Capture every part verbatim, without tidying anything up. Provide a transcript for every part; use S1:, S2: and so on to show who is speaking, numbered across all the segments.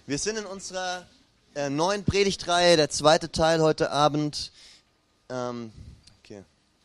S1: Wir sind in unserer äh, neuen Predigtreihe, der zweite Teil heute Abend. Ähm, okay.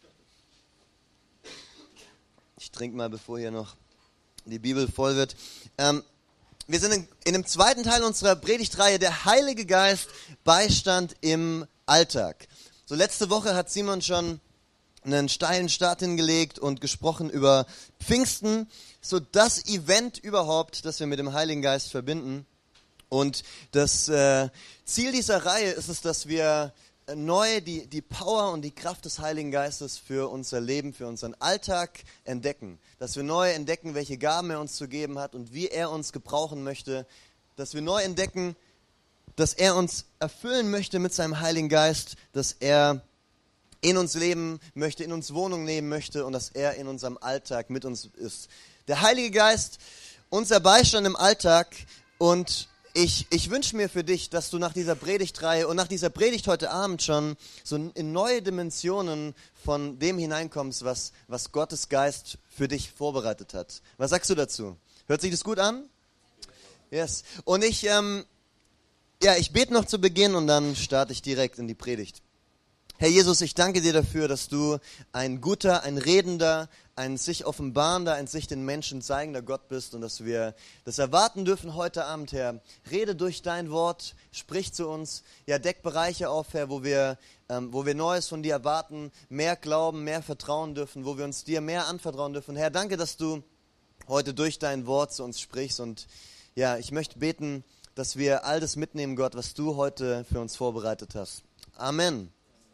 S1: Ich trinke mal, bevor hier noch die Bibel voll wird. Ähm, wir sind in, in dem zweiten Teil unserer Predigtreihe, der Heilige Geist, Beistand im Alltag. So, letzte Woche hat Simon schon einen steilen Start hingelegt und gesprochen über Pfingsten, so das Event überhaupt, das wir mit dem Heiligen Geist verbinden. Und das äh, Ziel dieser Reihe ist es, dass wir neu die, die Power und die Kraft des Heiligen Geistes für unser Leben, für unseren Alltag entdecken. Dass wir neu entdecken, welche Gaben er uns zu geben hat und wie er uns gebrauchen möchte. Dass wir neu entdecken, dass er uns erfüllen möchte mit seinem Heiligen Geist, dass er in uns leben möchte, in uns Wohnung nehmen möchte und dass er in unserem Alltag mit uns ist. Der Heilige Geist, unser Beistand im Alltag. Und ich, ich wünsche mir für dich, dass du nach dieser Predigtreihe und nach dieser Predigt heute Abend schon so in neue Dimensionen von dem hineinkommst, was, was Gottes Geist für dich vorbereitet hat. Was sagst du dazu? Hört sich das gut an? Yes. Und ich, ähm, ja, ich bete noch zu Beginn und dann starte ich direkt in die Predigt. Herr Jesus, ich danke dir dafür, dass du ein guter, ein redender, ein sich offenbarender, ein sich den Menschen zeigender Gott bist und dass wir das erwarten dürfen heute Abend, Herr. Rede durch dein Wort, sprich zu uns, ja, deck Bereiche auf, Herr, wo wir, ähm, wo wir Neues von dir erwarten, mehr glauben, mehr vertrauen dürfen, wo wir uns dir mehr anvertrauen dürfen. Herr, danke, dass du heute durch dein Wort zu uns sprichst und ja, ich möchte beten, dass wir all das mitnehmen, Gott, was du heute für uns vorbereitet hast. Amen.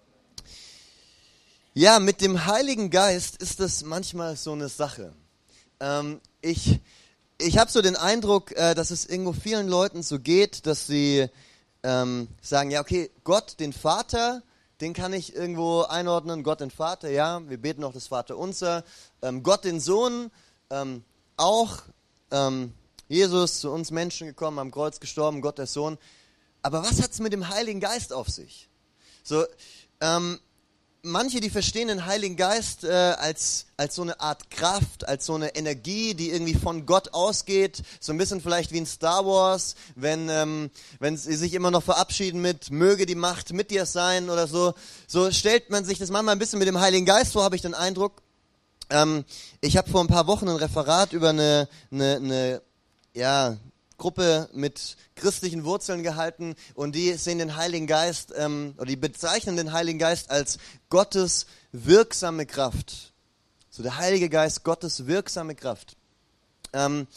S1: Ja, mit dem Heiligen Geist ist das manchmal so eine Sache. Ähm, ich ich habe so den Eindruck, äh, dass es irgendwo vielen Leuten so geht, dass sie ähm, sagen, ja okay, Gott, den Vater, den kann ich irgendwo einordnen, Gott, den Vater, ja, wir beten auch das Vaterunser. Ähm, Gott, den Sohn, ähm, auch ähm, Jesus zu uns Menschen gekommen, am Kreuz gestorben, Gott, der Sohn. Aber was hat's mit dem Heiligen Geist auf sich? So, ähm, Manche, die verstehen den Heiligen Geist äh, als, als so eine Art Kraft, als so eine Energie, die irgendwie von Gott ausgeht. So ein bisschen vielleicht wie in Star Wars, wenn, ähm, wenn sie sich immer noch verabschieden mit möge die Macht mit dir sein oder so. So stellt man sich das manchmal ein bisschen mit dem Heiligen Geist vor, habe ich den Eindruck. Ähm, ich habe vor ein paar Wochen ein Referat über eine, eine, eine ja, Gruppe mit christlichen Wurzeln gehalten und die sehen den Heiligen Geist, ähm, oder die bezeichnen den Heiligen Geist als Gottes wirksame Kraft. So der Heilige Geist, Gottes wirksame Kraft. Ähm,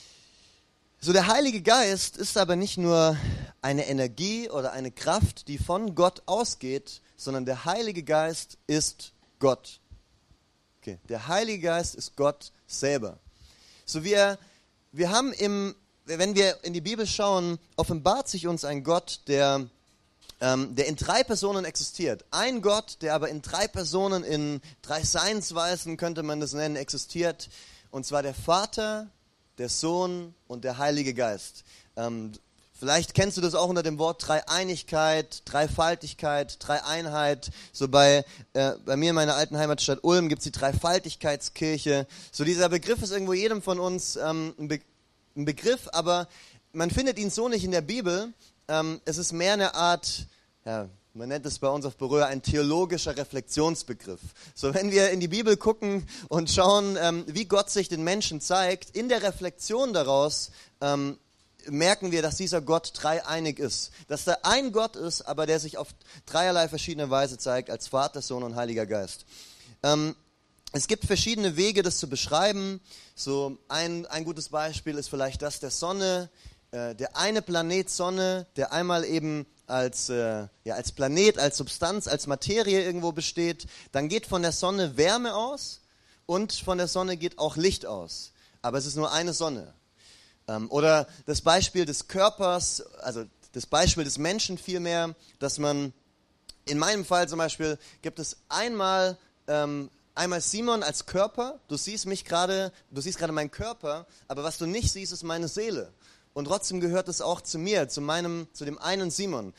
S1: so der Heilige Geist ist aber nicht nur eine Energie oder eine Kraft, die von Gott ausgeht, sondern der Heilige Geist ist Gott. Okay, der Heilige Geist ist Gott selber. So wir, wir haben im Wenn wir in die Bibel schauen, offenbart sich uns ein Gott, der, ähm, der in drei Personen existiert. Ein Gott, der aber in drei Personen, in drei Seinsweisen, könnte man das nennen, existiert. Und zwar der Vater, der Sohn und der Heilige Geist. Ähm, vielleicht kennst du das auch unter dem Wort Dreieinigkeit, Dreifaltigkeit, Dreieinheit. So bei, äh, bei mir in meiner alten Heimatstadt Ulm gibt es die Dreifaltigkeitskirche. So dieser Begriff ist irgendwo jedem von uns ähm, ein Begriff. Ein Begriff, aber man findet ihn so nicht in der Bibel. Ähm, es ist mehr eine Art, ja, man nennt es bei uns auf Berührer ein theologischer Reflexionsbegriff. So, wenn wir in die Bibel gucken und schauen, ähm, wie Gott sich den Menschen zeigt, in der Reflexion daraus ähm, merken wir, dass dieser Gott dreieinig ist. Dass da ein Gott ist, aber der sich auf dreierlei verschiedene Weise zeigt, als Vater, Sohn und Heiliger Geist. Ähm, Es gibt verschiedene Wege, das zu beschreiben. So ein, ein gutes Beispiel ist vielleicht das der Sonne. Äh, der eine Planet Sonne, der einmal eben als, äh, ja, als Planet, als Substanz, als Materie irgendwo besteht. Dann geht von der Sonne Wärme aus und von der Sonne geht auch Licht aus. Aber es ist nur eine Sonne. Ähm, oder das Beispiel des Körpers, also das Beispiel des Menschen vielmehr, dass man, in meinem Fall zum Beispiel, gibt es einmal ähm, Einmal Simon als Körper, du siehst mich gerade, du siehst gerade meinen Körper, aber was du nicht siehst, ist meine Seele. Und trotzdem gehört es auch zu mir, zu meinem, zu dem einen Simon.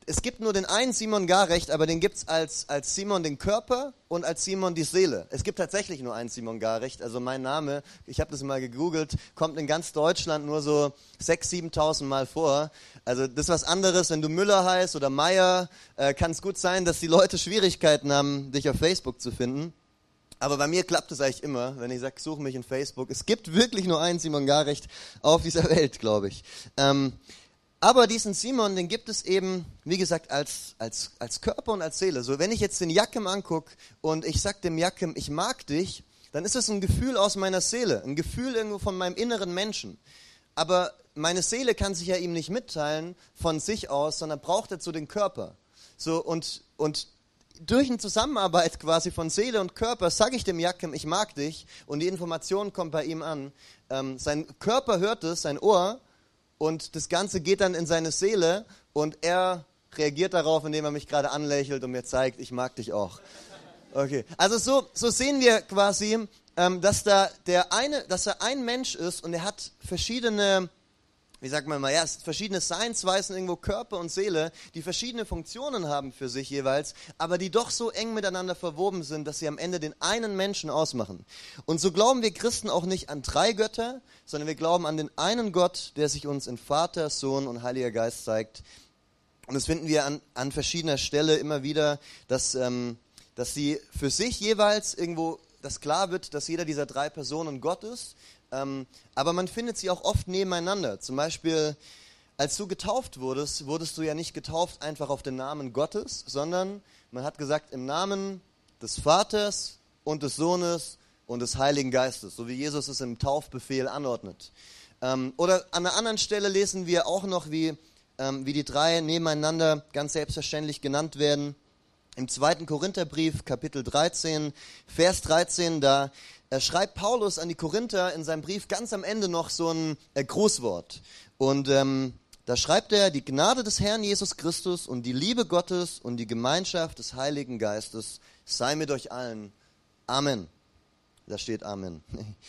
S1: es gibt nur den einen Simon Garecht, aber den gibt's als, als Simon den Körper und als Simon die Seele. Es gibt tatsächlich nur einen Simon Garecht, also mein Name, ich habe das mal gegoogelt, kommt in ganz Deutschland nur so sechstausend, siebentausend Mal vor. Also das ist was anderes, wenn du Müller heißt oder Meier, äh, kann es gut sein, dass die Leute Schwierigkeiten haben, dich auf Facebook zu finden. Aber bei mir klappt es eigentlich immer, wenn ich sage, suche mich in Facebook. Es gibt wirklich nur einen Simon Garecht auf dieser Welt, glaube ich. Ähm, aber diesen Simon, den gibt es eben, wie gesagt, als, als, als Körper und als Seele. So, wenn ich jetzt den Jakim angucke und ich sage dem Jakim, ich mag dich, dann ist das ein Gefühl aus meiner Seele, ein Gefühl irgendwo von meinem inneren Menschen. Aber meine Seele kann sich ja ihm nicht mitteilen von sich aus, sondern braucht dazu den Körper. So, und, und durch eine Zusammenarbeit quasi von Seele und Körper sage ich dem Jakim, ich mag dich, und die Information kommt bei ihm an. Ähm, sein Körper hört es, sein Ohr, und das Ganze geht dann in seine Seele und er reagiert darauf, indem er mich gerade anlächelt und mir zeigt, ich mag dich auch. Okay, also so, so sehen wir quasi, ähm, dass da der eine, dass da ein Mensch ist und er hat verschiedene, wie sagt man mal, ja, verschiedene Seinsweisen, irgendwo Körper und Seele, die verschiedene Funktionen haben für sich jeweils, aber die doch so eng miteinander verwoben sind, dass sie am Ende den einen Menschen ausmachen. Und so glauben wir Christen auch nicht an drei Götter, sondern wir glauben an den einen Gott, der sich uns in Vater, Sohn und Heiliger Geist zeigt. Und das finden wir an, an verschiedener Stelle immer wieder, dass, ähm, dass sie für sich jeweils irgendwo, dass klar wird, dass jeder dieser drei Personen Gott ist. Ähm, aber man findet sie auch oft nebeneinander. Zum Beispiel, als du getauft wurdest, wurdest du ja nicht getauft einfach auf den Namen Gottes, sondern man hat gesagt, im Namen des Vaters und des Sohnes und des Heiligen Geistes, so wie Jesus es im Taufbefehl anordnet. Ähm, oder an einer anderen Stelle lesen wir auch noch, wie, ähm, wie die drei nebeneinander ganz selbstverständlich genannt werden. Im zweiten Korintherbrief, Kapitel dreizehn, Vers dreizehn, da Er schreibt Paulus an die Korinther in seinem Brief ganz am Ende noch so ein äh, Grußwort. Und ähm, da schreibt er, die Gnade des Herrn Jesus Christus und die Liebe Gottes und die Gemeinschaft des Heiligen Geistes sei mit euch allen. Amen. Da steht Amen.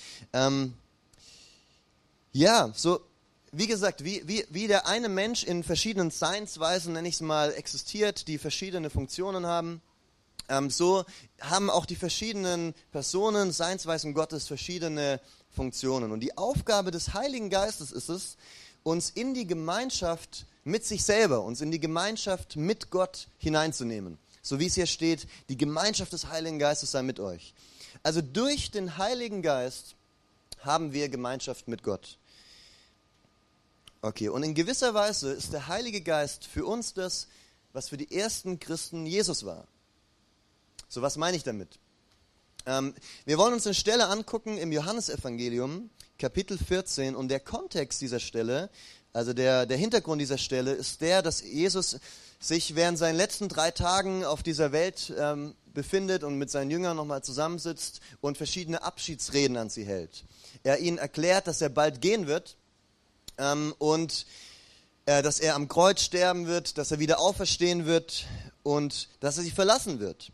S1: ähm, ja, so wie gesagt, wie, wie, wie der eine Mensch in verschiedenen Seinsweisen, nenne ich es mal, existiert, die verschiedene Funktionen haben, Ähm, so haben auch die verschiedenen Personen, Seinsweisen Gottes, verschiedene Funktionen. Und die Aufgabe des Heiligen Geistes ist es, uns in die Gemeinschaft mit sich selber, uns in die Gemeinschaft mit Gott hineinzunehmen. So wie es hier steht, die Gemeinschaft des Heiligen Geistes sei mit euch. Also durch den Heiligen Geist haben wir Gemeinschaft mit Gott. Okay, und in gewisser Weise ist der Heilige Geist für uns das, was für die ersten Christen Jesus war. So, was meine ich damit? Ähm, wir wollen uns eine Stelle angucken im Johannesevangelium, Kapitel vierzehn, und der Kontext dieser Stelle, also der, der Hintergrund dieser Stelle, ist der, dass Jesus sich während seinen letzten drei Tagen auf dieser Welt ähm, befindet und mit seinen Jüngern nochmal zusammensitzt und verschiedene Abschiedsreden an sie hält. Er ihnen erklärt, dass er bald gehen wird ähm, und äh, dass er am Kreuz sterben wird, dass er wieder auferstehen wird und dass er sie verlassen wird.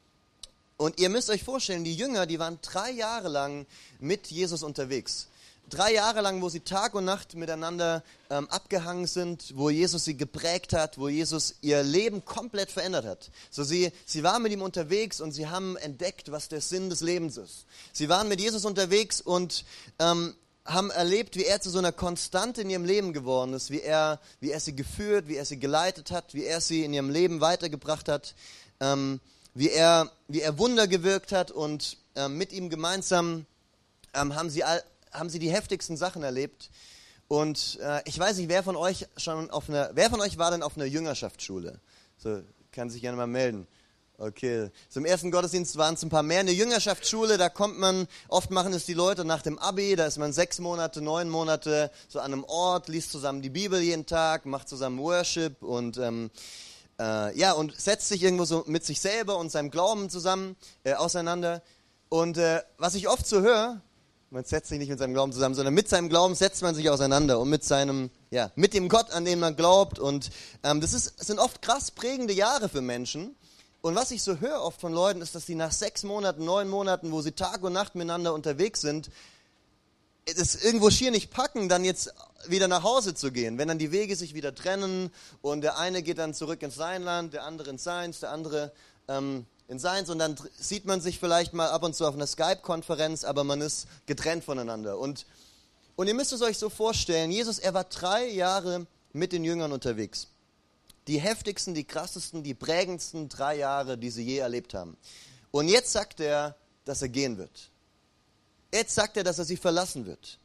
S1: Und ihr müsst euch vorstellen, die Jünger, die waren drei Jahre lang mit Jesus unterwegs. Drei Jahre lang, wo sie Tag und Nacht miteinander ähm, abgehangen sind, wo Jesus sie geprägt hat, wo Jesus ihr Leben komplett verändert hat. So sie, sie waren mit ihm unterwegs und sie haben entdeckt, was der Sinn des Lebens ist. Sie waren mit Jesus unterwegs und ähm, haben erlebt, wie er zu so einer Konstante in ihrem Leben geworden ist, wie er, wie er sie geführt, wie er sie geleitet hat, wie er sie in ihrem Leben weitergebracht hat. Ähm, wie er, wie er Wunder gewirkt hat, und ähm, mit ihm gemeinsam ähm, haben, sie all, haben sie die heftigsten Sachen erlebt. Und äh, ich weiß nicht, wer von euch schon auf einer, wer von euch war denn auf einer Jüngerschaftsschule? So, kann sich gerne mal melden. Okay, zum ersten Gottesdienst waren es ein paar mehr. Eine Jüngerschaftsschule, da kommt man, oft machen es die Leute nach dem Abi, da ist man sechs Monate, neun Monate so an einem Ort, liest zusammen die Bibel jeden Tag, macht zusammen Worship und ähm, Äh, ja, und setzt sich irgendwo so mit sich selber und seinem Glauben zusammen, äh, auseinander. Und äh, was ich oft so höre, man setzt sich nicht mit seinem Glauben zusammen, sondern mit seinem Glauben setzt man sich auseinander und mit seinem, ja, mit dem Gott, an den man glaubt. Und ähm, das ist, das sind oft krass prägende Jahre für Menschen. Und was ich so höre oft von Leuten, ist, dass die nach sechs Monaten, neun Monaten, wo sie Tag und Nacht miteinander unterwegs sind, es irgendwo schier nicht packen, dann jetzt wieder nach Hause zu gehen. Wenn dann die Wege sich wieder trennen und der eine geht dann zurück ins sein Land, der andere ins seins, der andere ähm, in seins und dann sieht man sich vielleicht mal ab und zu auf einer Skype-Konferenz, aber man ist getrennt voneinander. Und, und ihr müsst es euch so vorstellen, Jesus, er war drei Jahre mit den Jüngern unterwegs. Die heftigsten, die krassesten, die prägendsten drei Jahre, die sie je erlebt haben. Und jetzt sagt er, dass er gehen wird. Jetzt sagt er, dass er sie verlassen wird.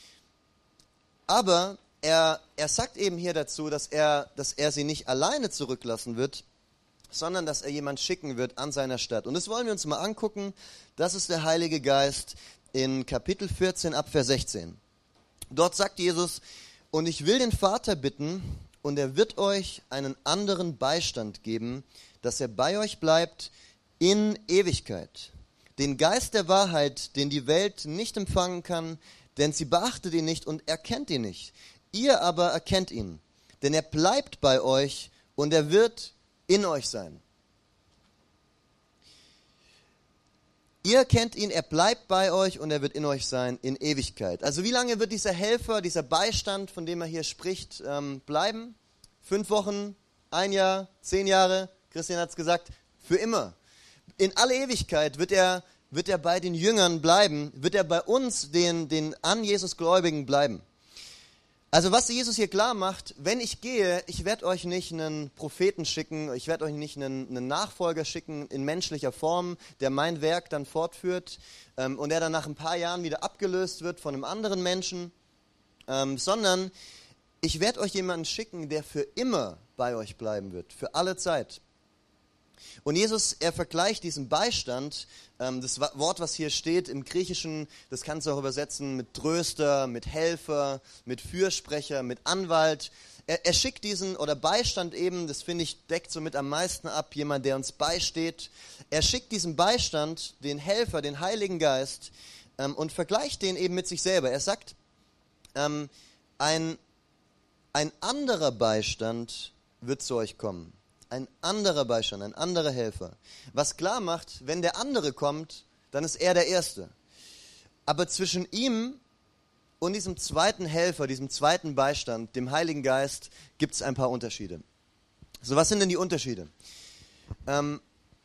S1: Aber er, er sagt eben hier dazu, dass er, dass er sie nicht alleine zurücklassen wird, sondern dass er jemand schicken wird an seiner Stadt. Und das wollen wir uns mal angucken. Das ist der Heilige Geist in Kapitel vierzehn ab Vers sechzehn. Dort sagt Jesus, und ich will den Vater bitten, und er wird euch einen anderen Beistand geben, dass er bei euch bleibt in Ewigkeit. Den Geist der Wahrheit, den die Welt nicht empfangen kann, denn sie beachtet ihn nicht und erkennt ihn nicht. Ihr aber erkennt ihn, denn er bleibt bei euch und er wird in euch sein. Ihr kennt ihn, er bleibt bei euch und er wird in euch sein in Ewigkeit. Also wie lange wird dieser Helfer, dieser Beistand, von dem er hier spricht, ähm, bleiben? Fünf Wochen, ein Jahr, zehn Jahre? Christian hat es gesagt, für immer. In alle Ewigkeit wird er, wird er bei den Jüngern bleiben, wird er bei uns, den, den an Jesus Gläubigen, bleiben. Also was Jesus hier klar macht, wenn ich gehe, ich werde euch nicht einen Propheten schicken, ich werde euch nicht einen, einen Nachfolger schicken in menschlicher Form, der mein Werk dann fortführt ähm, und der dann nach ein paar Jahren wieder abgelöst wird von einem anderen Menschen, ähm, sondern ich werde euch jemanden schicken, der für immer bei euch bleiben wird, für alle Zeit. Und Jesus, er vergleicht diesen Beistand, ähm, das Wort, was hier steht im Griechischen, das kannst du auch übersetzen mit Tröster, mit Helfer, mit Fürsprecher, mit Anwalt. Er, er schickt diesen, oder Beistand eben, das finde ich, deckt somit am meisten ab, jemand, der uns beisteht. Er schickt diesen Beistand, den Helfer, den Heiligen Geist, ähm, und vergleicht den eben mit sich selber. Er sagt, ähm, ein, ein anderer Beistand wird zu euch kommen. Ein anderer Beistand, ein anderer Helfer. Was klar macht, wenn der andere kommt, dann ist er der Erste. Aber zwischen ihm und diesem zweiten Helfer, diesem zweiten Beistand, dem Heiligen Geist, gibt es ein paar Unterschiede. So, was sind denn die Unterschiede? Ähm,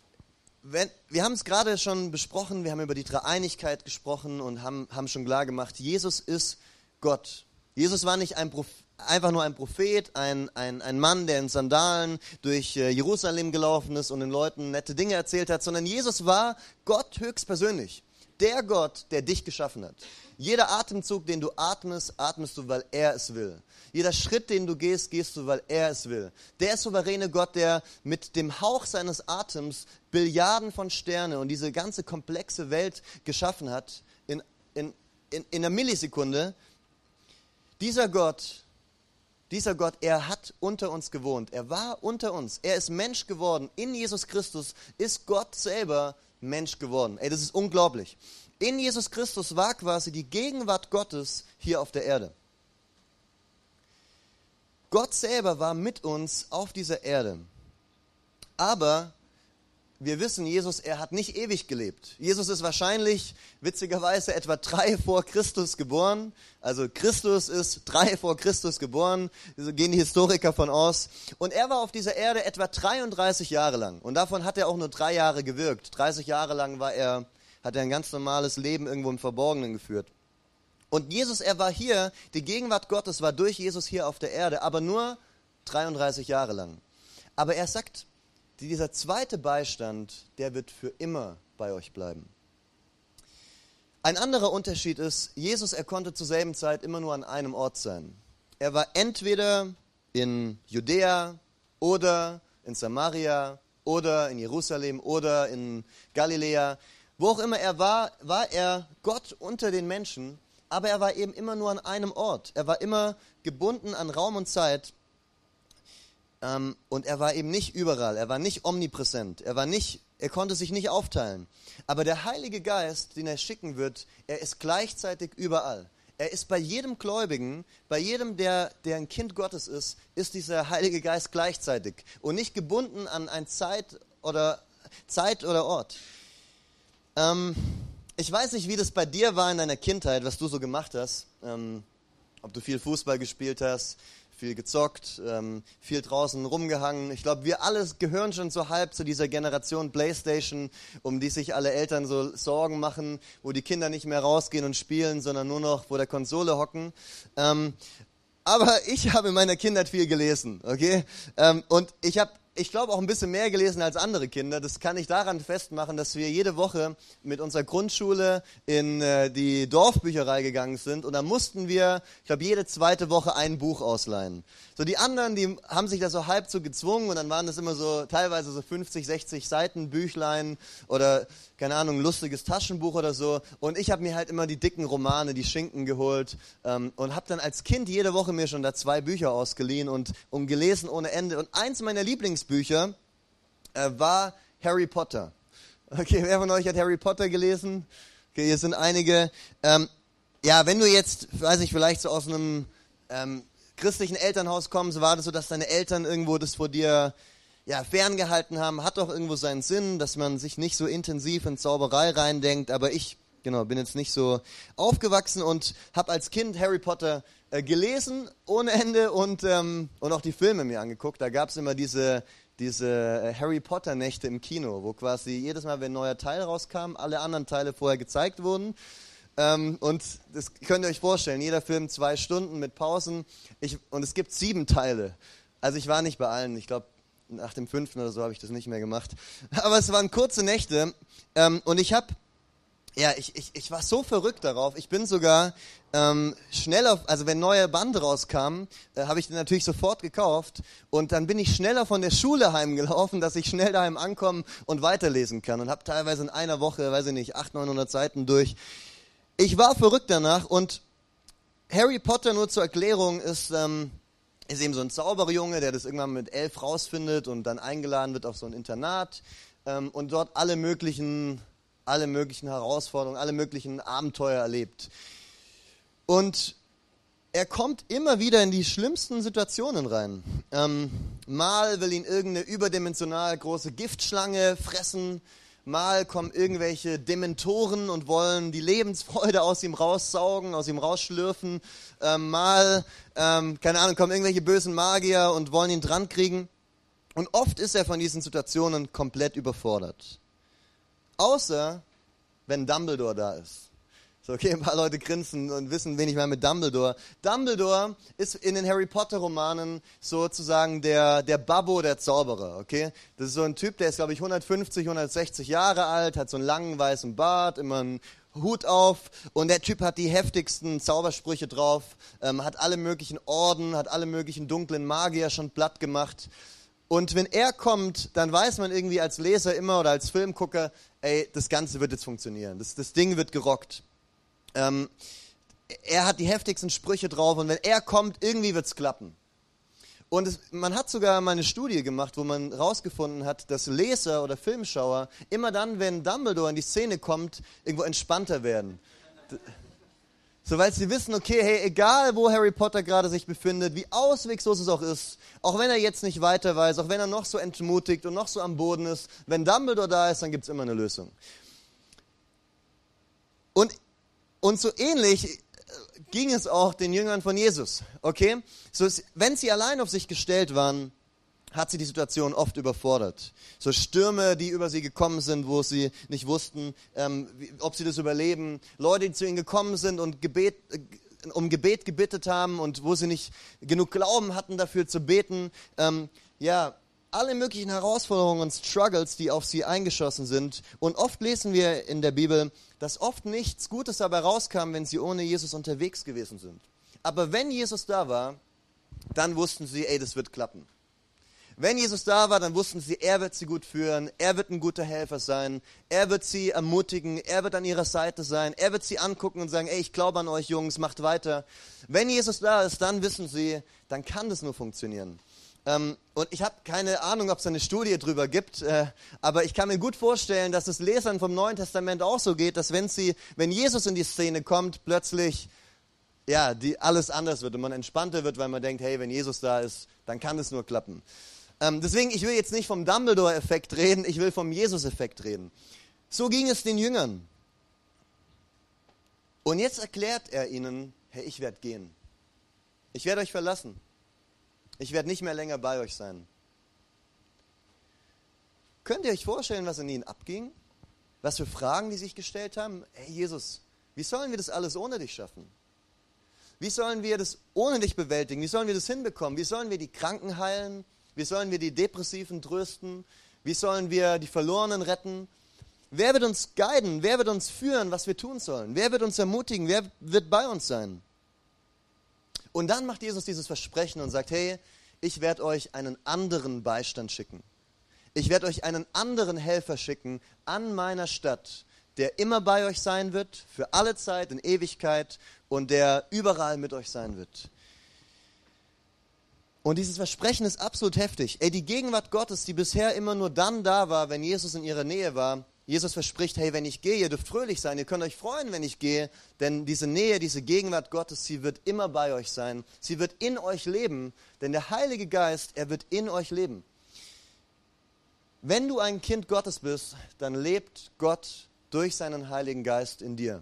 S1: wenn, wir haben es gerade schon besprochen, wir haben über die Dreieinigkeit gesprochen und haben, haben schon klar gemacht, Jesus ist Gott. Jesus war nicht ein Prophet, einfach nur ein Prophet, ein, ein, ein Mann, der in Sandalen durch äh, Jerusalem gelaufen ist und den Leuten nette Dinge erzählt hat, sondern Jesus war Gott höchstpersönlich. Der Gott, der dich geschaffen hat. Jeder Atemzug, den du atmest, atmest du, weil er es will. Jeder Schritt, den du gehst, gehst du, weil er es will. Der souveräne Gott, der mit dem Hauch seines Atems Billiarden von Sterne und diese ganze komplexe Welt geschaffen hat, in, in, in, in einer Millisekunde. Dieser Gott, dieser Gott, er hat unter uns gewohnt. Er war unter uns. Er ist Mensch geworden. In Jesus Christus ist Gott selber Mensch geworden. Ey, das ist unglaublich. In Jesus Christus war quasi die Gegenwart Gottes hier auf der Erde. Gott selber war mit uns auf dieser Erde. Aber wir wissen, Jesus, er hat nicht ewig gelebt. Jesus ist wahrscheinlich, witzigerweise, etwa drei vor Christus geboren. Also Christus ist drei vor Christus geboren. So gehen die Historiker von aus. Und er war auf dieser Erde etwa dreiunddreißig Jahre lang. Und davon hat er auch nur drei Jahre gewirkt. dreißig Jahre lang war er, hat er ein ganz normales Leben irgendwo im Verborgenen geführt. Und Jesus, er war hier, die Gegenwart Gottes war durch Jesus hier auf der Erde, aber nur dreiunddreißig Jahre lang. Aber er sagt, dieser zweite Beistand, der wird für immer bei euch bleiben. Ein anderer Unterschied ist, Jesus, er konnte zur selben Zeit immer nur an einem Ort sein. Er war entweder in Judäa oder in Samaria oder in Jerusalem oder in Galiläa. Wo auch immer er war, war er Gott unter den Menschen, aber er war eben immer nur an einem Ort. Er war immer gebunden an Raum und Zeit. Ähm, und er war eben nicht überall, er war nicht omnipräsent, er war nicht, er konnte sich nicht aufteilen. Aber der Heilige Geist, den er schicken wird, er ist gleichzeitig überall. Er ist bei jedem Gläubigen, bei jedem, der, der ein Kind Gottes ist, ist dieser Heilige Geist gleichzeitig und nicht gebunden an ein Zeit oder, Zeit oder Ort. Ähm, ich weiß nicht, wie das bei dir war in deiner Kindheit, was du so gemacht hast. Ähm, ob du viel Fußball gespielt hast, viel gezockt, ähm, viel draußen rumgehangen. Ich glaube, wir alle gehören schon so halb zu dieser Generation PlayStation, um die sich alle Eltern so Sorgen machen, wo die Kinder nicht mehr rausgehen und spielen, sondern nur noch vor der Konsole hocken. Ähm, aber ich habe in meiner Kindheit viel gelesen, okay? Ähm, und ich habe Ich glaube auch ein bisschen mehr gelesen als andere Kinder. Das kann ich daran festmachen, dass wir jede Woche mit unserer Grundschule in äh, die Dorfbücherei gegangen sind und da mussten wir, ich glaube, jede zweite Woche ein Buch ausleihen. So die anderen, die haben sich da so halb so gezwungen und dann waren das immer so teilweise so fünfzig, sechzig Seiten Büchlein oder keine Ahnung, ein lustiges Taschenbuch oder so. Und ich habe mir halt immer die dicken Romane, die Schinken geholt ähm, und habe dann als Kind jede Woche mir schon da zwei Bücher ausgeliehen und, und gelesen ohne Ende. Und eins meiner Lieblingsbücher äh, war Harry Potter. Okay, wer von euch hat Harry Potter gelesen? Okay, hier sind einige. Ähm, ja, wenn du jetzt, weiß ich, vielleicht so aus einem ähm, christlichen Elternhaus kommst, war das so, dass deine Eltern irgendwo das vor dir ja, ferngehalten haben, hat doch irgendwo seinen Sinn, dass man sich nicht so intensiv in Zauberei reindenkt, aber ich, genau, bin jetzt nicht so aufgewachsen und habe als Kind Harry Potter äh, gelesen ohne Ende und, ähm, und auch die Filme mir angeguckt. Da gab es immer diese, diese äh, Harry Potter Nächte im Kino, wo quasi jedes Mal, wenn ein neuer Teil rauskam, alle anderen Teile vorher gezeigt wurden. Ähm, und das könnt ihr euch vorstellen, jeder Film zwei Stunden mit Pausen ich, und es gibt sieben Teile. Also ich war nicht bei allen, ich glaube, nach dem fünften oder so habe ich das nicht mehr gemacht. Aber es waren kurze Nächte ähm, und ich habe, ja, ich, ich, ich war so verrückt darauf. Ich bin sogar ähm, schnell auf, also wenn neue Band rauskam, äh, habe ich den natürlich sofort gekauft und dann bin ich schneller von der Schule heimgelaufen, dass ich schnell daheim ankommen und weiterlesen kann und habe teilweise in einer Woche, weiß ich nicht, achthundert, neunhundert Seiten durch. Ich war verrückt danach und Harry Potter, nur zur Erklärung, ist... Ähm, ist eben so ein Zauberjunge, der das irgendwann mit elf rausfindet und dann eingeladen wird auf so ein Internat ähm, und dort alle möglichen, alle möglichen Herausforderungen, alle möglichen Abenteuer erlebt. Und er kommt immer wieder in die schlimmsten Situationen rein. Ähm, mal will ihn irgendeine überdimensional große Giftschlange fressen, mal kommen irgendwelche Dementoren und wollen die Lebensfreude aus ihm raussaugen, aus ihm rausschlürfen. Ähm, mal, ähm, keine Ahnung, kommen irgendwelche bösen Magier und wollen ihn dran kriegen. Und oft ist er von diesen Situationen komplett überfordert. Außer, wenn Dumbledore da ist. So, okay, ein paar Leute grinsen und wissen, wen ich meine mit Dumbledore. Dumbledore ist in den Harry Potter Romanen sozusagen der, der Babbo der Zauberer, okay? Das ist so ein Typ, der ist, glaube ich, hundertfünfzig, hundertsechzig Jahre alt, hat so einen langen weißen Bart, immer einen Hut auf und der Typ hat die heftigsten Zaubersprüche drauf, ähm, hat alle möglichen Orden, hat alle möglichen dunklen Magier schon platt gemacht. Und wenn er kommt, dann weiß man irgendwie als Leser immer oder als Filmgucker, ey, das Ganze wird jetzt funktionieren, das, das Ding wird gerockt. Ähm, er hat die heftigsten Sprüche drauf und wenn er kommt, irgendwie wird's klappen. Und es, man hat sogar mal eine Studie gemacht, wo man rausgefunden hat, dass Leser oder Filmschauer immer dann, wenn Dumbledore in die Szene kommt, irgendwo entspannter werden. So, weil sie wissen, okay, hey, egal wo Harry Potter gerade sich befindet, wie ausweglos es auch ist, auch wenn er jetzt nicht weiter weiß, auch wenn er noch so entmutigt und noch so am Boden ist, wenn Dumbledore da ist, dann gibt's immer eine Lösung. Und Und so ähnlich ging es auch den Jüngern von Jesus, okay? So, wenn sie allein auf sich gestellt waren, hat sie die Situation oft überfordert. So Stürme, die über sie gekommen sind, wo sie nicht wussten, ähm, wie, ob sie das überleben. Leute, die zu ihnen gekommen sind und Gebet, äh, um Gebet gebittet haben und wo sie nicht genug Glauben hatten, dafür zu beten. Ähm, ja, alle möglichen Herausforderungen und Struggles, die auf sie eingeschossen sind. Und oft lesen wir in der Bibel, dass oft nichts Gutes dabei rauskam, wenn sie ohne Jesus unterwegs gewesen sind. Aber wenn Jesus da war, dann wussten sie, ey, das wird klappen. Wenn Jesus da war, dann wussten sie, er wird sie gut führen, er wird ein guter Helfer sein, er wird sie ermutigen, er wird an ihrer Seite sein, er wird sie angucken und sagen, ey, ich glaube an euch Jungs, macht weiter. Wenn Jesus da ist, dann wissen sie, dann kann das nur funktionieren. Und ich habe keine Ahnung, ob es eine Studie drüber gibt, äh, aber ich kann mir gut vorstellen, dass es Lesern vom Neuen Testament auch so geht, dass wenn sie, wenn Jesus in die Szene kommt, plötzlich ja, die, alles anders wird und man entspannter wird, weil man denkt, hey, wenn Jesus da ist, dann kann es nur klappen. Ähm, deswegen, ich will jetzt nicht vom Dumbledore-Effekt reden, ich will vom Jesus-Effekt reden. So ging es den Jüngern. Und jetzt erklärt er ihnen, hey, ich werde gehen. Ich werde euch verlassen. Ich werde nicht mehr länger bei euch sein. Könnt ihr euch vorstellen, was in ihnen abging? Was für Fragen die sich gestellt haben? Hey Jesus, wie sollen wir das alles ohne dich schaffen? Wie sollen wir das ohne dich bewältigen? Wie sollen wir das hinbekommen? Wie sollen wir die Kranken heilen? Wie sollen wir die Depressiven trösten? Wie sollen wir die Verlorenen retten? Wer wird uns guiden? Wer wird uns führen, was wir tun sollen? Wer wird uns ermutigen? Wer wird bei uns sein? Und dann macht Jesus dieses Versprechen und sagt, hey, ich werde euch einen anderen Beistand schicken. Ich werde euch einen anderen Helfer schicken an meiner Stadt, der immer bei euch sein wird, für alle Zeit, in Ewigkeit und der überall mit euch sein wird. Und dieses Versprechen ist absolut heftig. Ey, die Gegenwart Gottes, die bisher immer nur dann da war, wenn Jesus in ihrer Nähe war. Jesus verspricht, hey, wenn ich gehe, ihr dürft fröhlich sein, ihr könnt euch freuen, wenn ich gehe, denn diese Nähe, diese Gegenwart Gottes, sie wird immer bei euch sein. Sie wird in euch leben, denn der Heilige Geist, er wird in euch leben. Wenn du ein Kind Gottes bist, dann lebt Gott durch seinen Heiligen Geist in dir.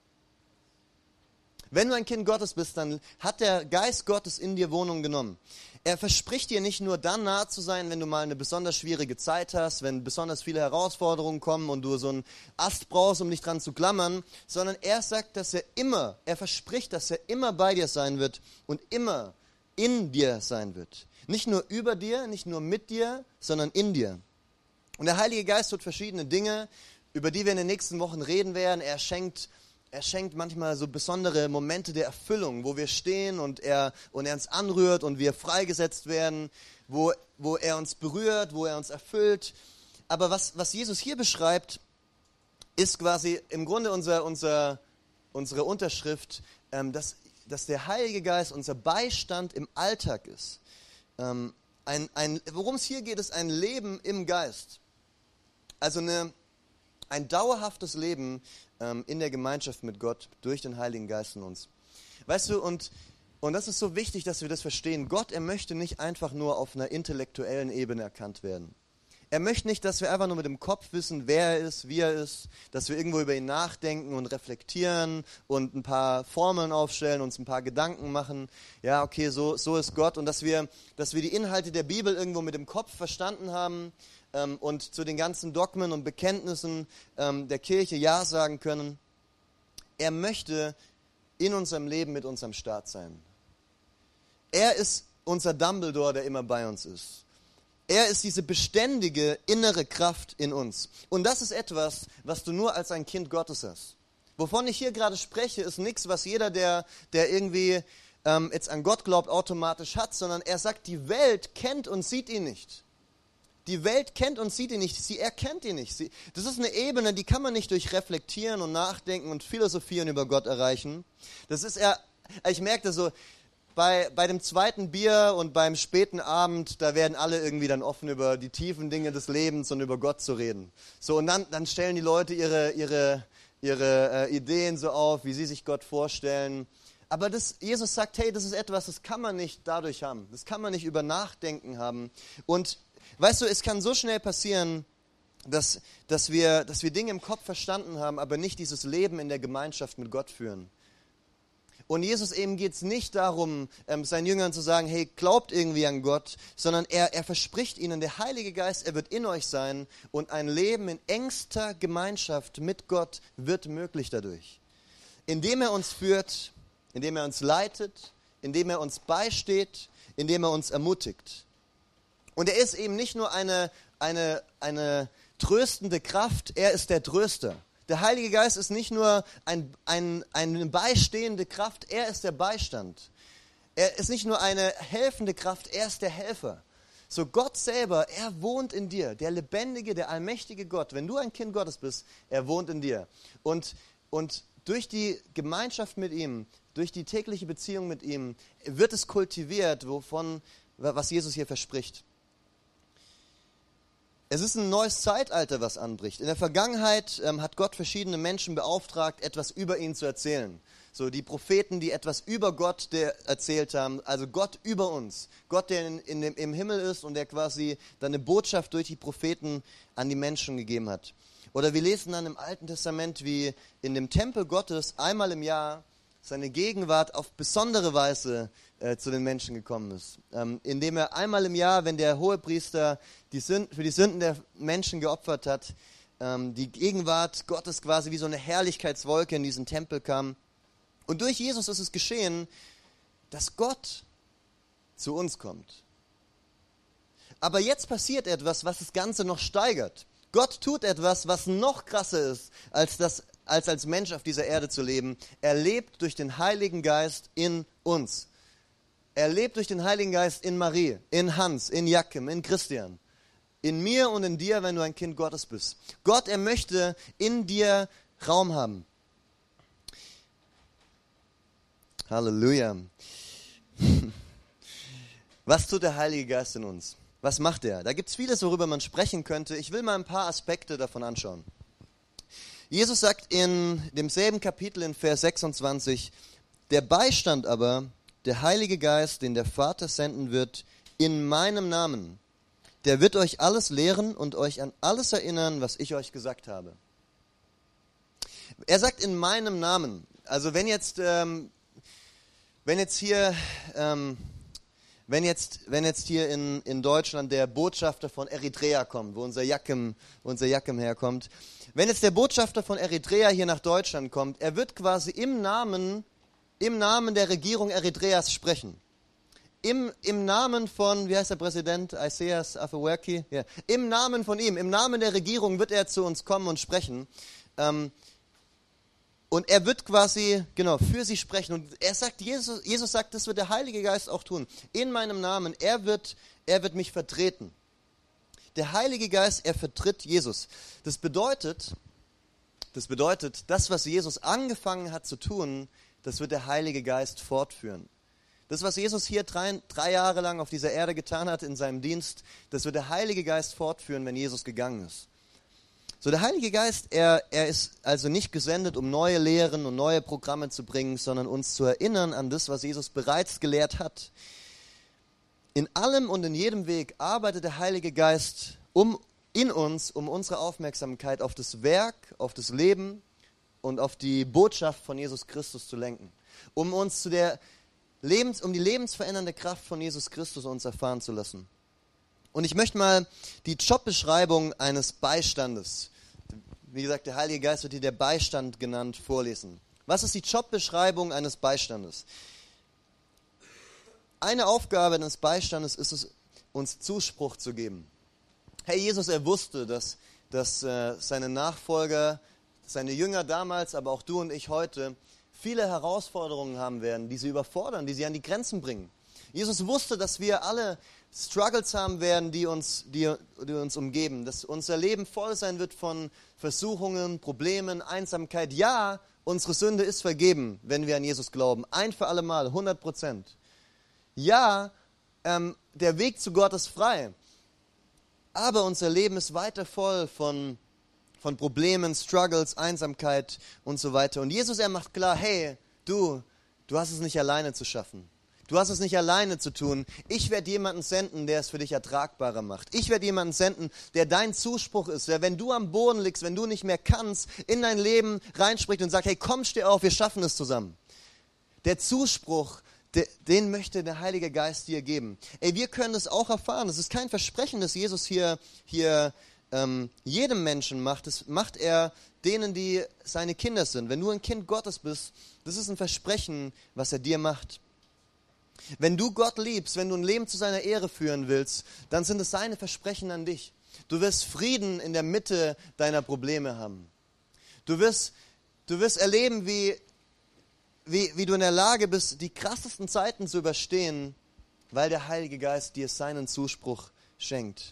S1: Wenn du ein Kind Gottes bist, dann hat der Geist Gottes in dir Wohnung genommen. Er verspricht dir nicht nur dann nahe zu sein, wenn du mal eine besonders schwierige Zeit hast, wenn besonders viele Herausforderungen kommen und du so einen Ast brauchst, um dich dran zu klammern, sondern er sagt, dass er immer, er verspricht, dass er immer bei dir sein wird und immer in dir sein wird. Nicht nur über dir, nicht nur mit dir, sondern in dir. Und der Heilige Geist tut verschiedene Dinge, über die wir in den nächsten Wochen reden werden. Er schenkt, er schenkt manchmal so besondere Momente der Erfüllung, wo wir stehen und er, und er uns anrührt und wir freigesetzt werden, wo, wo er uns berührt, wo er uns erfüllt. Aber was, was Jesus hier beschreibt, ist quasi im Grunde unser, unser, unsere Unterschrift, ähm, dass, dass der Heilige Geist unser Beistand im Alltag ist. Ähm, ein, ein, worum es hier geht, ist ein Leben im Geist. Also eine, ein dauerhaftes Leben ähm, in der Gemeinschaft mit Gott durch den Heiligen Geist in uns. Weißt du, und, und das ist so wichtig, dass wir das verstehen. Gott, er möchte nicht einfach nur auf einer intellektuellen Ebene erkannt werden. Er möchte nicht, dass wir einfach nur mit dem Kopf wissen, wer er ist, wie er ist, dass wir irgendwo über ihn nachdenken und reflektieren und ein paar Formeln aufstellen, uns ein paar Gedanken machen. Ja, okay, so, so ist Gott. Und dass wir, dass wir die Inhalte der Bibel irgendwo mit dem Kopf verstanden haben, Ähm, und zu den ganzen Dogmen und Bekenntnissen ähm, der Kirche Ja sagen können. Er möchte in unserem Leben mit uns am Start sein. Er ist unser Dumbledore, der immer bei uns ist. Er ist diese beständige innere Kraft in uns. Und das ist etwas, was du nur als ein Kind Gottes hast. Wovon ich hier gerade spreche, ist nichts, was jeder, der, der irgendwie ähm, jetzt an Gott glaubt, automatisch hat, sondern er sagt, die Welt kennt und sieht ihn nicht. Die Welt kennt und sieht ihn nicht, sie erkennt ihn nicht. Sie, das ist eine Ebene, die kann man nicht durch Reflektieren und Nachdenken und Philosophieren über Gott erreichen. Das ist eher, ich merke das so, bei, bei dem zweiten Bier und beim späten Abend, da werden alle irgendwie dann offen über die tiefen Dinge des Lebens und über Gott zu reden. So, und dann, dann stellen die Leute ihre, ihre, ihre äh, Ideen so auf, wie sie sich Gott vorstellen. Aber das, Jesus sagt, hey, das ist etwas, das kann man nicht dadurch haben. Das kann man nicht über Nachdenken haben. Und weißt du, es kann so schnell passieren, dass, dass, wir, dass wir Dinge im Kopf verstanden haben, aber nicht dieses Leben in der Gemeinschaft mit Gott führen. Und Jesus eben geht es nicht darum, ähm, seinen Jüngern zu sagen, hey, glaubt irgendwie an Gott, sondern er, er verspricht ihnen, der Heilige Geist, er wird in euch sein und ein Leben in engster Gemeinschaft mit Gott wird möglich dadurch. Indem er uns führt, indem er uns leitet, indem er uns beisteht, indem er uns ermutigt. Und er ist eben nicht nur eine, eine, eine tröstende Kraft, er ist der Tröster. Der Heilige Geist ist nicht nur ein, ein, eine beistehende Kraft, er ist der Beistand. Er ist nicht nur eine helfende Kraft, er ist der Helfer. So Gott selber, er wohnt in dir, der lebendige, der allmächtige Gott. Wenn du ein Kind Gottes bist, er wohnt in dir. Und, und durch die Gemeinschaft mit ihm, durch die tägliche Beziehung mit ihm, wird es kultiviert, wovon, was Jesus hier verspricht. Es ist ein neues Zeitalter, was anbricht. In der Vergangenheit ähm, hat Gott verschiedene Menschen beauftragt, etwas über ihn zu erzählen. So die Propheten, die etwas über Gott der erzählt haben, also Gott über uns. Gott, der in, in dem, im Himmel ist und der quasi dann eine Botschaft durch die Propheten an die Menschen gegeben hat. Oder wir lesen dann im Alten Testament, wie in dem Tempel Gottes einmal im Jahr seine Gegenwart auf besondere Weise äh, zu den Menschen gekommen ist. Ähm, indem er einmal im Jahr, wenn der Hohepriester die Sünden, für die Sünden der Menschen geopfert hat, ähm, die Gegenwart Gottes quasi wie so eine Herrlichkeitswolke in diesen Tempel kam. Und durch Jesus ist es geschehen, dass Gott zu uns kommt. Aber jetzt passiert etwas, was das Ganze noch steigert. Gott tut etwas, was noch krasser ist, als, das, als als Mensch auf dieser Erde zu leben. Er lebt durch den Heiligen Geist in uns. Er lebt durch den Heiligen Geist in Marie, in Hans, in Jakim, in Christian. In mir und in dir, wenn du ein Kind Gottes bist. Gott, er möchte in dir Raum haben. Halleluja. Was tut der Heilige Geist in uns? Was macht er? Da gibt es vieles, worüber man sprechen könnte. Ich will mal ein paar Aspekte davon anschauen. Jesus sagt in demselben Kapitel in Vers sechsundzwanzig, der Beistand aber, der Heilige Geist, den der Vater senden wird, in meinem Namen, der wird euch alles lehren und euch an alles erinnern, was ich euch gesagt habe. Er sagt in meinem Namen. Also wenn jetzt, ähm, wenn jetzt hier... Ähm, Wenn jetzt, wenn jetzt hier in, in Deutschland der Botschafter von Eritrea kommt, wo unser Jakim, wo unser Jakim herkommt, wenn jetzt der Botschafter von Eritrea hier nach Deutschland kommt, er wird quasi im Namen, im Namen der Regierung Eritreas sprechen. Im, im Namen von, wie heißt der Präsident, Isaias Afewerki? Ja. Im Namen von ihm, im Namen der Regierung wird er zu uns kommen und sprechen. Ähm, Und er wird quasi, genau, für sie sprechen. Und er sagt, Jesus, Jesus sagt, das wird der Heilige Geist auch tun. In meinem Namen, er wird, er wird mich vertreten. Der Heilige Geist, er vertritt Jesus. Das bedeutet, das bedeutet, das, was Jesus angefangen hat zu tun, das wird der Heilige Geist fortführen. Das, was Jesus hier drei, drei Jahre lang auf dieser Erde getan hat in seinem Dienst, das wird der Heilige Geist fortführen, wenn Jesus gegangen ist. So, der Heilige Geist, er, er ist also nicht gesendet, um neue Lehren und neue Programme zu bringen, sondern uns zu erinnern an das, was Jesus bereits gelehrt hat. In allem und in jedem Weg arbeitet der Heilige Geist um, in uns, um unsere Aufmerksamkeit auf das Werk, auf das Leben und auf die Botschaft von Jesus Christus zu lenken. Um uns zu der Lebens, um die lebensverändernde Kraft von Jesus Christus uns erfahren zu lassen. Und ich möchte mal die Jobbeschreibung eines Beistandes, wie gesagt, der Heilige Geist wird hier der Beistand genannt, vorlesen. Was ist die Jobbeschreibung eines Beistandes? Eine Aufgabe eines Beistandes ist es, uns Zuspruch zu geben. Herr Jesus, er wusste, dass, dass äh, seine Nachfolger, seine Jünger damals, aber auch du und ich heute, viele Herausforderungen haben werden, die sie überfordern, die sie an die Grenzen bringen. Jesus wusste, dass wir alle Struggles haben werden, die uns, die, die uns umgeben, dass unser Leben voll sein wird von Versuchungen, Problemen, Einsamkeit. Ja, unsere Sünde ist vergeben, wenn wir an Jesus glauben. Ein für alle Mal, hundert Prozent. Ja, ähm, der Weg zu Gott ist frei. Aber unser Leben ist weiter voll von, von Problemen, Struggles, Einsamkeit und so weiter. Und Jesus, er macht klar, hey, du, du hast es nicht alleine zu schaffen. Du hast es nicht alleine zu tun. Ich werde jemanden senden, der es für dich ertragbarer macht. Ich werde jemanden senden, der dein Zuspruch ist. Der, wenn du am Boden liegst, wenn du nicht mehr kannst, in dein Leben reinspricht und sagt, hey, komm, steh auf, wir schaffen es zusammen. Der Zuspruch, de, den möchte der Heilige Geist dir geben. Ey, wir können das auch erfahren. Es ist kein Versprechen, das Jesus hier, hier ähm, jedem Menschen macht. Das macht er denen, die seine Kinder sind. Wenn du ein Kind Gottes bist, das ist ein Versprechen, was er dir macht. Wenn du Gott liebst, wenn du ein Leben zu seiner Ehre führen willst, dann sind es seine Versprechen an dich. Du wirst Frieden in der Mitte deiner Probleme haben. Du wirst, du wirst erleben, wie, wie, wie du in der Lage bist, die krassesten Zeiten zu überstehen, weil der Heilige Geist dir seinen Zuspruch schenkt.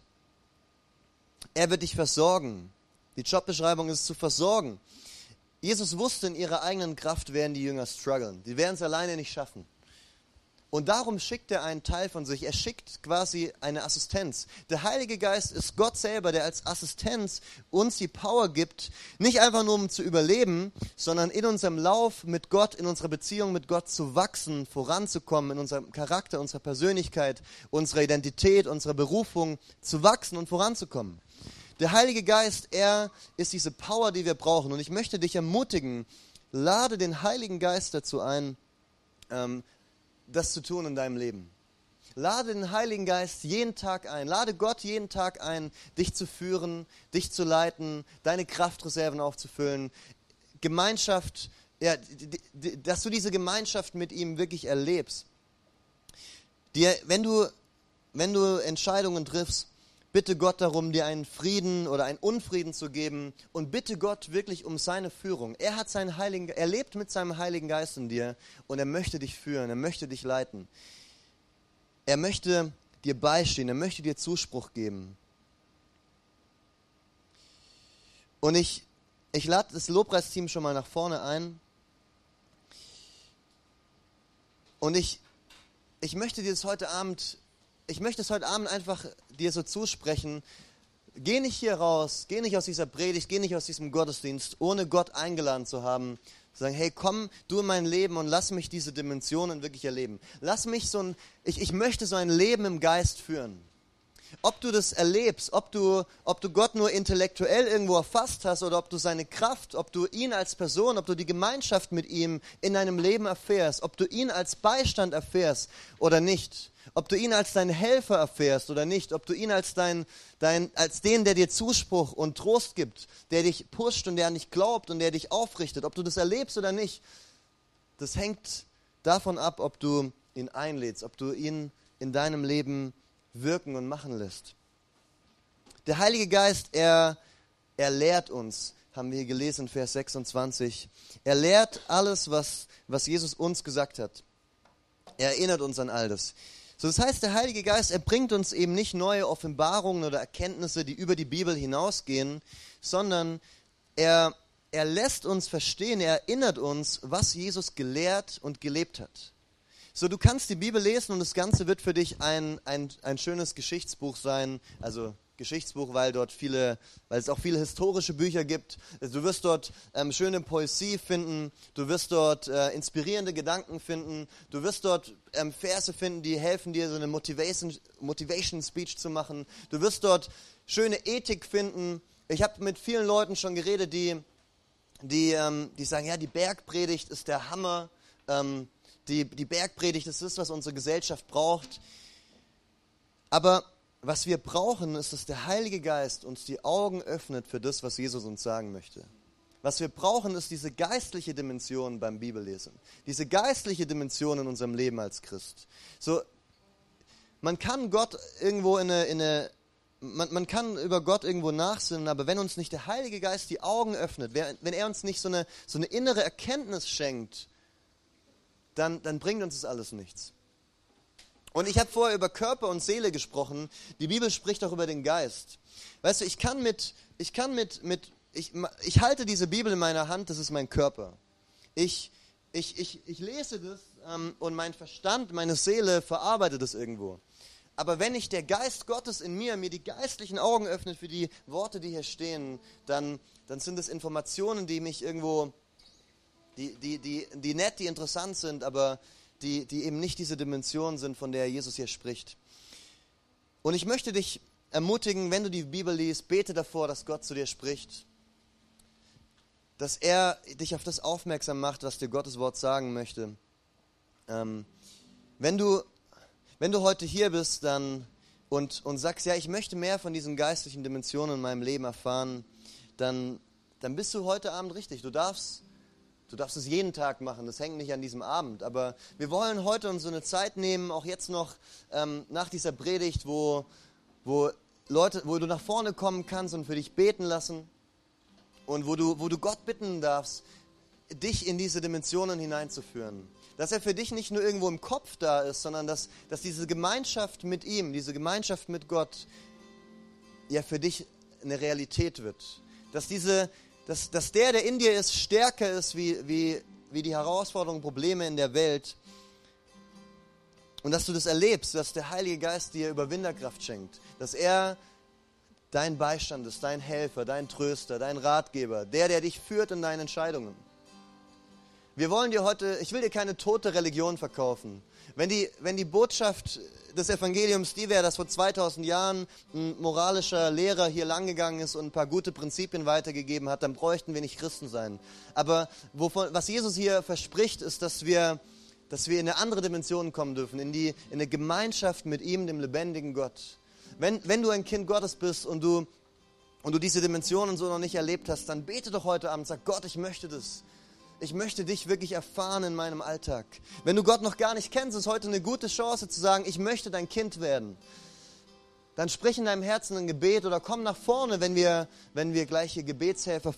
S1: Er wird dich versorgen. Die Jobbeschreibung ist zu versorgen. Jesus wusste, in ihrer eigenen Kraft werden die Jünger strugglen. Die werden es alleine nicht schaffen. Und darum schickt er einen Teil von sich. Er schickt quasi eine Assistenz. Der Heilige Geist ist Gott selber, der als Assistenz uns die Power gibt, nicht einfach nur um zu überleben, sondern in unserem Lauf mit Gott, in unserer Beziehung mit Gott zu wachsen, voranzukommen, in unserem Charakter, unserer Persönlichkeit, unserer Identität, unserer Berufung zu wachsen und voranzukommen. Der Heilige Geist, er ist diese Power, die wir brauchen. Und ich möchte dich ermutigen, lade den Heiligen Geist dazu ein, ähm, das zu tun in deinem Leben. Lade den Heiligen Geist jeden Tag ein. Lade Gott jeden Tag ein, dich zu führen, dich zu leiten, deine Kraftreserven aufzufüllen. Gemeinschaft, ja, die, die, dass du diese Gemeinschaft mit ihm wirklich erlebst. Dir, wenn du, wenn du Entscheidungen triffst, bitte Gott darum, dir einen Frieden oder einen Unfrieden zu geben und bitte Gott wirklich um seine Führung. Er hat seinen Heiligen, er lebt mit seinem Heiligen Geist in dir und er möchte dich führen, er möchte dich leiten. Er möchte dir beistehen, er möchte dir Zuspruch geben. Und ich, ich lade das Lobpreisteam schon mal nach vorne ein und ich, ich möchte dir das heute Abend Ich möchte es heute Abend einfach dir so zusprechen. Geh nicht hier raus, geh nicht aus dieser Predigt, geh nicht aus diesem Gottesdienst, ohne Gott eingeladen zu haben. Sagen, hey, komm du in mein Leben und lass mich diese Dimensionen wirklich erleben. Lass mich so ein, ich, ich möchte so ein Leben im Geist führen. Ob du das erlebst, ob du, ob du Gott nur intellektuell irgendwo erfasst hast oder ob du seine Kraft, ob du ihn als Person, ob du die Gemeinschaft mit ihm in deinem Leben erfährst, ob du ihn als Beistand erfährst oder nicht. Ob du ihn als deinen Helfer erfährst oder nicht, ob du ihn als, dein, dein, als den, der dir Zuspruch und Trost gibt, der dich pusht und der an dich glaubt und der dich aufrichtet, ob du das erlebst oder nicht, das hängt davon ab, ob du ihn einlädst, ob du ihn in deinem Leben wirken und machen lässt. Der Heilige Geist, er, er lehrt uns, haben wir hier gelesen in Vers sechsundzwanzig, er lehrt alles, was, was Jesus uns gesagt hat. Er erinnert uns an all das. So, das heißt, der Heilige Geist, er bringt uns eben nicht neue Offenbarungen oder Erkenntnisse, die über die Bibel hinausgehen, sondern er, er lässt uns verstehen, er erinnert uns, was Jesus gelehrt und gelebt hat. So, du kannst die Bibel lesen und das Ganze wird für dich ein, ein, ein schönes Geschichtsbuch sein, also Geschichtsbuch, weil dort viele, weil es auch viele historische Bücher gibt. Du wirst dort ähm, schöne Poesie finden, du wirst dort äh, inspirierende Gedanken finden, du wirst dort ähm, Verse finden, die helfen dir, so eine Motivation, Motivation Speech zu machen. Du wirst dort schöne Ethik finden. Ich habe mit vielen Leuten schon geredet, die, die, ähm, die sagen, ja, die Bergpredigt ist der Hammer. Ähm, die, die Bergpredigt ist das, was unsere Gesellschaft braucht. Aber was wir brauchen, ist, dass der Heilige Geist uns die Augen öffnet für das, was Jesus uns sagen möchte. Was wir brauchen, ist diese geistliche Dimension beim Bibellesen. Diese geistliche Dimension in unserem Leben als Christ. So, man kann Gott irgendwo in eine, in eine man, man kann über Gott irgendwo nachsinnen, aber wenn uns nicht der Heilige Geist die Augen öffnet, wenn er uns nicht so eine, so eine innere Erkenntnis schenkt, dann, dann bringt uns das alles nichts. Und ich habe vorher über Körper und Seele gesprochen. Die Bibel spricht auch über den Geist. Weißt du, ich kann mit, ich kann mit, mit ich, ich halte diese Bibel in meiner Hand, das ist mein Körper. Ich, ich, ich, ich lese das ähm, und mein Verstand, meine Seele verarbeitet das irgendwo. Aber wenn nicht der Geist Gottes in mir, mir die geistlichen Augen öffnet für die Worte, die hier stehen, dann, dann sind es Informationen, die mich irgendwo, die, die, die, die nett, die interessant sind, aber Die, die eben nicht diese Dimension sind, von der Jesus hier spricht. Und ich möchte dich ermutigen, wenn du die Bibel liest, bete davor, dass Gott zu dir spricht. Dass er dich auf das aufmerksam macht, was dir Gottes Wort sagen möchte. Ähm, wenn du, wenn du heute hier bist dann und, und sagst, ja, ich möchte mehr von diesen geistlichen Dimensionen in meinem Leben erfahren, dann, dann bist du heute Abend richtig. Du darfst Du darfst es jeden Tag machen, das hängt nicht an diesem Abend. Aber wir wollen heute uns so eine Zeit nehmen, auch jetzt noch ähm, nach dieser Predigt, wo, wo, Leute, wo du nach vorne kommen kannst und für dich beten lassen. Und wo du, wo du Gott bitten darfst, dich in diese Dimensionen hineinzuführen. Dass er für dich nicht nur irgendwo im Kopf da ist, sondern dass, dass diese Gemeinschaft mit ihm, diese Gemeinschaft mit Gott, ja für dich eine Realität wird. Dass diese Dass, dass der, der in dir ist, stärker ist wie, wie, wie die Herausforderungen, Probleme in der Welt. Und dass du das erlebst, dass der Heilige Geist dir Überwinderkraft schenkt. Dass er dein Beistand ist, dein Helfer, dein Tröster, dein Ratgeber. Der, der dich führt in deinen Entscheidungen. Wir wollen dir heute, ich will dir keine tote Religion verkaufen. Wenn die, wenn die Botschaft des Evangeliums die wäre, dass vor zweitausend Jahren ein moralischer Lehrer hier langgegangen ist und ein paar gute Prinzipien weitergegeben hat, dann bräuchten wir nicht Christen sein. Aber wovon, was Jesus hier verspricht, ist, dass wir, dass wir in eine andere Dimension kommen dürfen, in, die, in eine Gemeinschaft mit ihm, dem lebendigen Gott. Wenn, wenn du ein Kind Gottes bist und du, und du diese Dimensionen so noch nicht erlebt hast, dann bete doch heute Abend, sag Gott, ich möchte das. Ich möchte dich wirklich erfahren in meinem Alltag. Wenn du Gott noch gar nicht kennst, ist heute eine gute Chance zu sagen, ich möchte dein Kind werden. Dann sprich in deinem Herzen ein Gebet oder komm nach vorne, wenn wir, wenn wir gleich hier Gebetshelfer